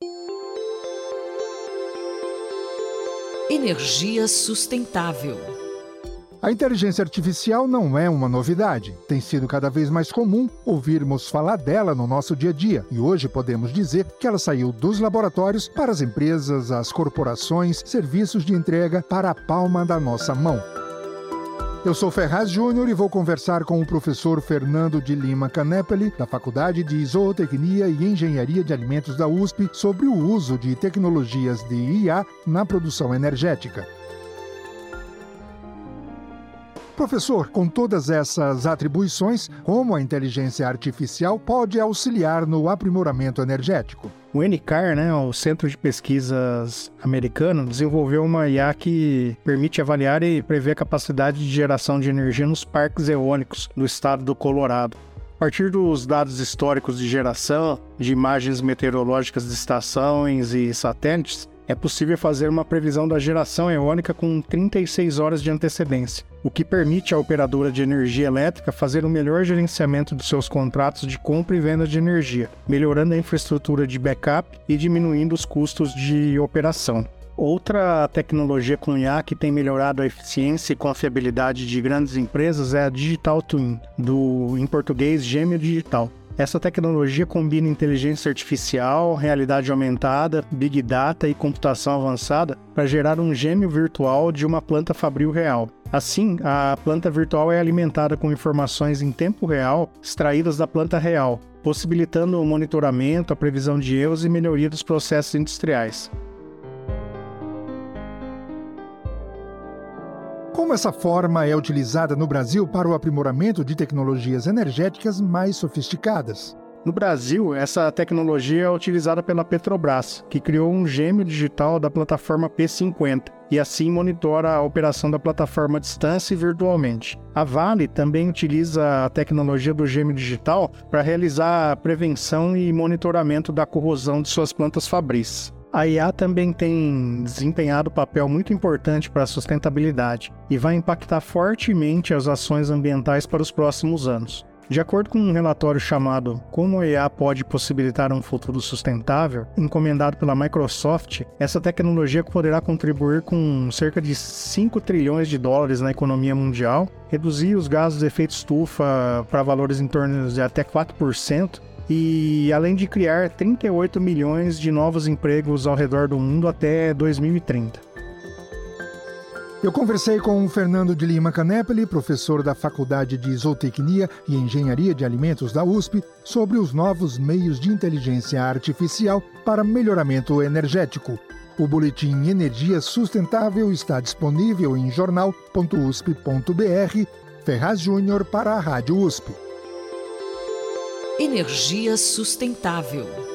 Energia sustentável. A inteligência artificial não é uma novidade. Tem sido cada vez mais comum ouvirmos falar dela no nosso dia a dia. E hoje podemos dizer que ela saiu dos laboratórios para as empresas, as corporações, serviços de entrega para a palma da nossa mão. Eu sou Ferraz Júnior e vou conversar com o professor Fernando de Lima Canepeli, da Faculdade de Zootecnia e Engenharia de Alimentos da USP, sobre o uso de tecnologias de IA na produção energética. Professor, com todas essas atribuições, como a inteligência artificial pode auxiliar no aprimoramento energético? O NCAR, o Centro de Pesquisas americano, desenvolveu uma IA que permite avaliar e prever a capacidade de geração de energia nos parques eólicos do estado do Colorado. A partir dos dados históricos de geração, de imagens meteorológicas de estações e satélites, é possível fazer uma previsão da geração eólica com 36 horas de antecedência, o que permite à operadora de energia elétrica fazer um melhor gerenciamento dos seus contratos de compra e venda de energia, melhorando a infraestrutura de backup e diminuindo os custos de operação. Outra tecnologia com IA que tem melhorado a eficiência e confiabilidade de grandes empresas é a Digital Twin, em português, gêmeo digital. Essa tecnologia combina inteligência artificial, realidade aumentada, big data e computação avançada para gerar um gêmeo virtual de uma planta fabril real. Assim, a planta virtual é alimentada com informações em tempo real extraídas da planta real, possibilitando o monitoramento, a previsão de erros e melhoria dos processos industriais. Como essa forma é utilizada no Brasil para o aprimoramento de tecnologias energéticas mais sofisticadas? No Brasil, essa tecnologia é utilizada pela Petrobras, que criou um gêmeo digital da plataforma P50 e assim monitora a operação da plataforma à distância e virtualmente. A Vale também utiliza a tecnologia do gêmeo digital para realizar a prevenção e monitoramento da corrosão de suas plantas fabris. A IA também tem desempenhado um papel muito importante para a sustentabilidade e vai impactar fortemente as ações ambientais para os próximos anos. De acordo com um relatório chamado Como a IA pode possibilitar um futuro sustentável, encomendado pela Microsoft, essa tecnologia poderá contribuir com cerca de 5 trilhões de dólares na economia mundial, reduzir os gases de efeito estufa para valores em torno de até 4%, e além de criar 38 milhões de novos empregos ao redor do mundo até 2030. Eu conversei com o Fernando de Lima Canepeli, professor da Faculdade de Zootecnia e Engenharia de Alimentos da USP, sobre os novos meios de inteligência artificial para melhoramento energético. O boletim Energia Sustentável está disponível em jornal.usp.br. Ferraz Júnior para a Rádio USP. Energia sustentável.